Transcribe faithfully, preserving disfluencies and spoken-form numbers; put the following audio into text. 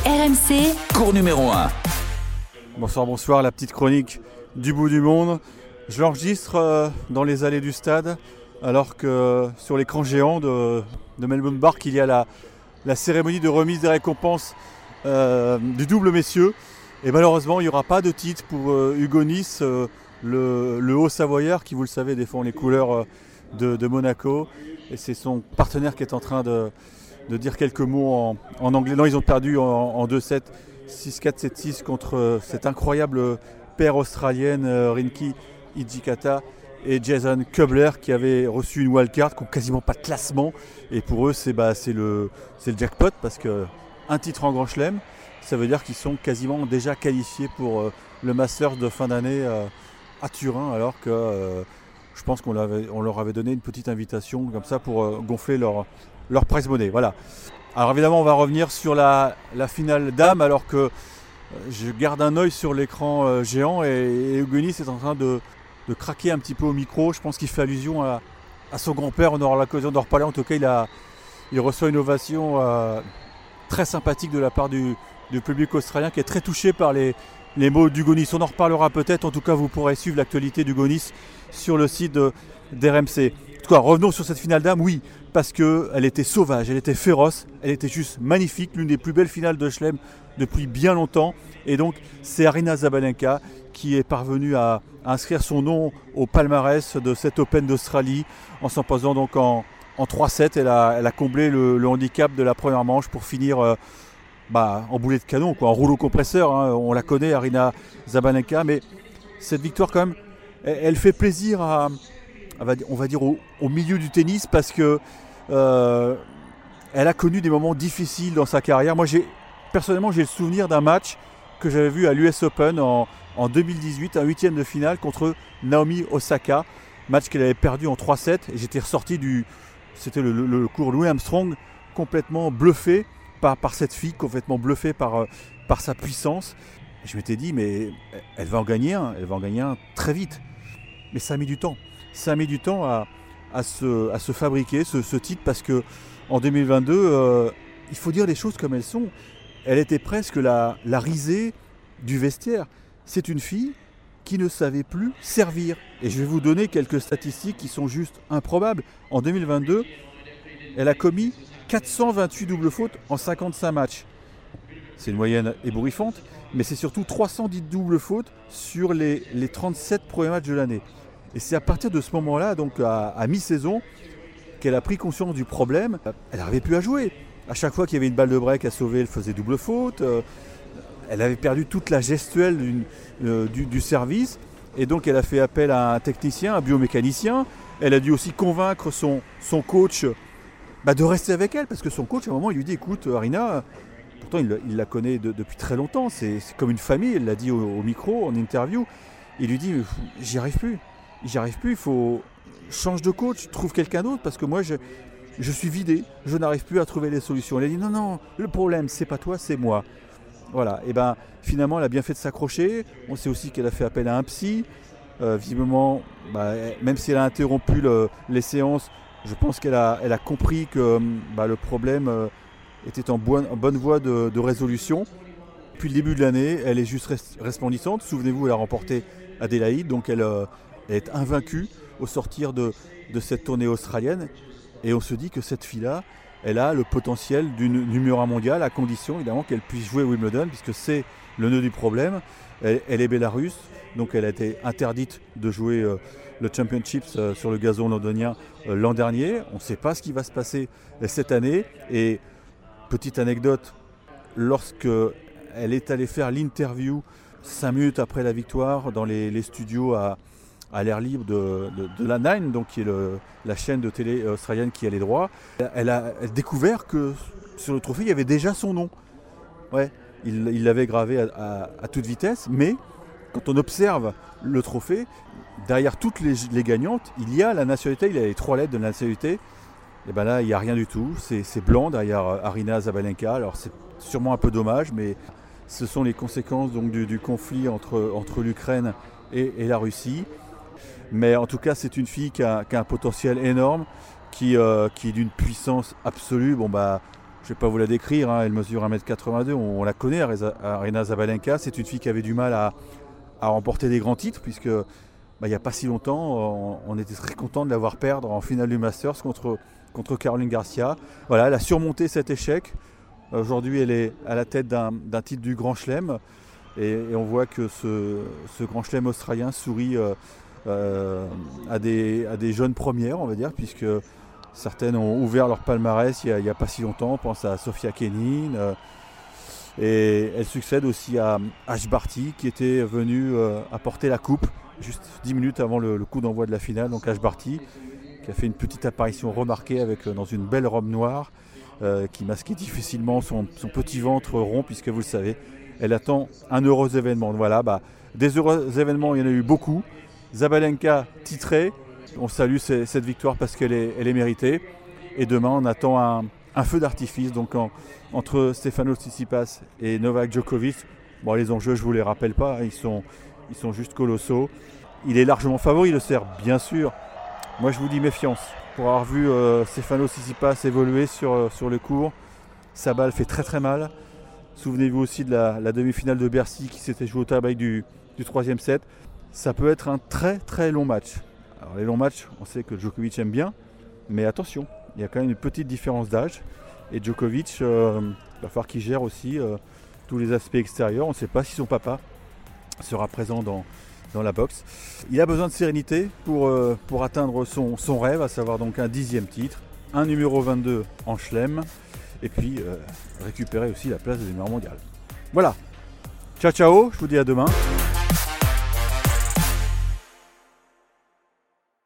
R M C, cours numéro un. Bonsoir, bonsoir, la petite chronique du bout du monde. Je l'enregistre euh, dans les allées du stade, alors que euh, sur l'écran géant de, de Melbourne Park, il y a la, la cérémonie de remise des récompenses euh, du double messieurs. Et malheureusement, il n'y aura pas de titre pour euh, Hugo Nys, euh, le, le haut savoyard qui, vous le savez, défend les couleurs euh, de, de Monaco. Et c'est son partenaire qui est en train de, de dire quelques mots en, en anglais. Non, ils ont perdu en, en deux sept, six quatre, sept six contre euh, cette incroyable paire australienne, euh, Rinky Hijikata et Jason Kubler, qui avaient reçu une wildcard, qui n'ont quasiment pas de classement. Et pour eux, c'est, bah, c'est, le, c'est le jackpot, parce qu'un titre en Grand Chelem, ça veut dire qu'ils sont quasiment déjà qualifiés pour euh, le Masters de fin d'année euh, à Turin, alors que euh, je pense qu'on, on leur avait donné une petite invitation comme ça pour euh, gonfler leur, leur prize money. Voilà. Alors évidemment, on va revenir sur la, la finale dames, alors que euh, je garde un œil sur l'écran euh, géant et, et Hugo Nys est en train de, de craquer un petit peu au micro. Je pense qu'il fait allusion à, à son grand-père. On aura l'occasion d'en reparler. En tout cas, il, a, il reçoit une ovation euh, très sympathique de la part du, du public australien, qui est très touché par les, les mots d'Hugo Nys. On en reparlera peut-être. En tout cas, vous pourrez suivre l'actualité d'Hugo Nys sur le site de, d'R M C. En tout cas, revenons sur cette finale d'âme. Oui, parce qu'elle était sauvage, elle était féroce, elle était juste magnifique, l'une des plus belles finales de Chelem depuis bien longtemps. Et donc, c'est Aryna Sabalenka qui est parvenue à, à inscrire son nom au palmarès de cet Open d'Australie en s'imposant donc en, en trois sept. Elle a, elle a comblé le, le handicap de la première manche pour finir euh, bah, en boulet de canon, quoi, en rouleau compresseur. Hein. On la connaît, Aryna Sabalenka, mais cette victoire quand même, elle, elle fait plaisir à, on va dire au, au milieu du tennis, parce que euh, elle a connu des moments difficiles dans sa carrière. Moi, j'ai, personnellement, j'ai le souvenir d'un match que j'avais vu à l'U S Open en, en deux mille dix-huit, un huitième de finale contre Naomi Osaka, match qu'elle avait perdu en trois sept, et j'étais ressorti du, c'était le, le, le cours Louis Armstrong, complètement bluffé par, par cette fille, complètement bluffé par, par sa puissance. Et je m'étais dit, mais elle va en gagner un, elle va en gagner un très vite. Mais ça a mis du temps. Ça a mis du temps à, à, se, à se fabriquer ce, ce titre, parce qu'en deux mille vingt-deux, euh, il faut dire les choses comme elles sont. Elle était presque la, la risée du vestiaire. C'est une fille qui ne savait plus servir. Et je vais vous donner quelques statistiques qui sont juste improbables. En deux mille vingt-deux, elle a commis quatre cent vingt-huit doubles fautes en cinquante-cinq matchs. C'est une moyenne ébouriffante, mais c'est surtout trois cent dix doubles fautes sur les, les trente-sept premiers matchs de l'année. Et c'est à partir de ce moment-là, donc à, à mi-saison, qu'elle a pris conscience du problème. Elle n'arrivait plus à jouer. À chaque fois qu'il y avait une balle de break à sauver, elle faisait double faute. Euh, elle avait perdu toute la gestuelle d'une, euh, du, du service. Et donc elle a fait appel à un technicien, un biomécanicien. Elle a dû aussi convaincre son, son coach bah, de rester avec elle. Parce que son coach, à un moment, il lui dit, écoute, Aryna, pourtant il, il la connaît de, depuis très longtemps. C'est, c'est comme une famille, elle l'a dit au, au micro, en interview. Il lui dit, j'y arrive plus. J'y arrive plus, il faut change de coach, trouve quelqu'un d'autre, parce que moi je, je suis vidé, je n'arrive plus à trouver les solutions. Elle a dit non, non, le problème c'est pas toi, c'est moi. Voilà, et ben finalement elle a bien fait de s'accrocher. On sait aussi qu'elle a fait appel à un psy. Euh, visiblement, bah, même si elle a interrompu le, les séances, je pense qu'elle a, elle a compris que bah, le problème euh, était en, bonne, en bonne voie de, de résolution. Depuis le début de l'année, elle est juste resplendissante. Souvenez-vous, elle a remporté Adélaïde, donc elle. Euh, Elle est invaincue au sortir de, de cette tournée australienne. Et on se dit que cette fille-là, elle a le potentiel d'une numéro un mondiale, à condition évidemment qu'elle puisse jouer Wimbledon, puisque c'est le nœud du problème. Elle, elle est bélarusse, donc elle a été interdite de jouer euh, le Championships euh, sur le gazon londonien euh, l'an dernier. On ne sait pas ce qui va se passer euh, cette année. Et petite anecdote, lorsqu'elle est allée faire l'interview cinq minutes après la victoire dans les, les studios à à l'air libre de, de, de la Nine, donc qui est le, la chaîne de télé australienne qui a les droits, elle a, elle a découvert que sur le trophée, il y avait déjà son nom. Ouais, il, il l'avait gravé à, à, à toute vitesse, mais quand on observe le trophée, derrière toutes les, les gagnantes, il y a la nationalité, il y a les trois lettres de la nationalité, et ben là, il n'y a rien du tout, c'est, c'est blanc derrière Aryna Sabalenka. Alors c'est sûrement un peu dommage, mais ce sont les conséquences donc, du, du conflit entre, entre l'Ukraine et, et la Russie. Mais en tout cas, c'est une fille qui a, qui a un potentiel énorme, qui, euh, qui est d'une puissance absolue. Bon, bah, Je ne vais pas vous la décrire, hein, elle mesure un mètre quatre-vingt-deux, on, on la connaît, Aryna Sabalenka. C'est une fille qui avait du mal à, à remporter des grands titres, puisque bah, il n'y a pas si longtemps, on, on était très content de la voir perdre en finale du Masters contre, contre Caroline Garcia. Voilà, elle a surmonté cet échec. Aujourd'hui, elle est à la tête d'un, d'un titre du Grand Chelem, et, et on voit que ce, ce Grand Chelem australien sourit euh, euh, à, des, à des jeunes premières, on va dire, puisque certaines ont ouvert leur palmarès il n'y a, a pas si longtemps. On pense à Sofia Kenin. Euh, et elle succède aussi à Ash Barty, qui était venu euh, apporter la coupe juste dix minutes avant le, le coup d'envoi de la finale. Donc Ash Barty, qui a fait une petite apparition remarquée avec, dans une belle robe noire, euh, qui masquait difficilement son, son petit ventre rond, puisque vous le savez, elle attend un heureux événement. Voilà, bah, des heureux événements, il y en a eu beaucoup. Sabalenka titrée. On salue ces, cette victoire parce qu'elle est, elle est méritée. Et demain, on attend un, un feu d'artifice donc en, entre Stefanos Tsitsipas et Novak Djokovic. Bon, les enjeux, je ne vous les rappelle pas, hein, ils, sont, ils sont juste colossaux. Il est largement favori, le Serbe, bien sûr. Moi, je vous dis méfiance. Pour avoir vu euh, Stefanos Tsitsipas évoluer sur, euh, sur le court, sa balle fait très très mal. Souvenez-vous aussi de la, la demi-finale de Bercy qui s'était jouée au tie-break du, du troisième set. Ça peut être un très très long match. Alors les longs matchs, on sait que Djokovic aime bien, mais attention, il y a quand même une petite différence d'âge. Et Djokovic, euh, il va falloir qu'il gère aussi euh, tous les aspects extérieurs. On ne sait pas si son papa sera présent dans, dans la boxe. Il a besoin de sérénité pour, euh, pour atteindre son, son rêve, à savoir donc un dixième titre, un numéro vingt-deux en Chelem, et puis euh, récupérer aussi la place de numéro mondial. Voilà, ciao ciao, je vous dis à demain.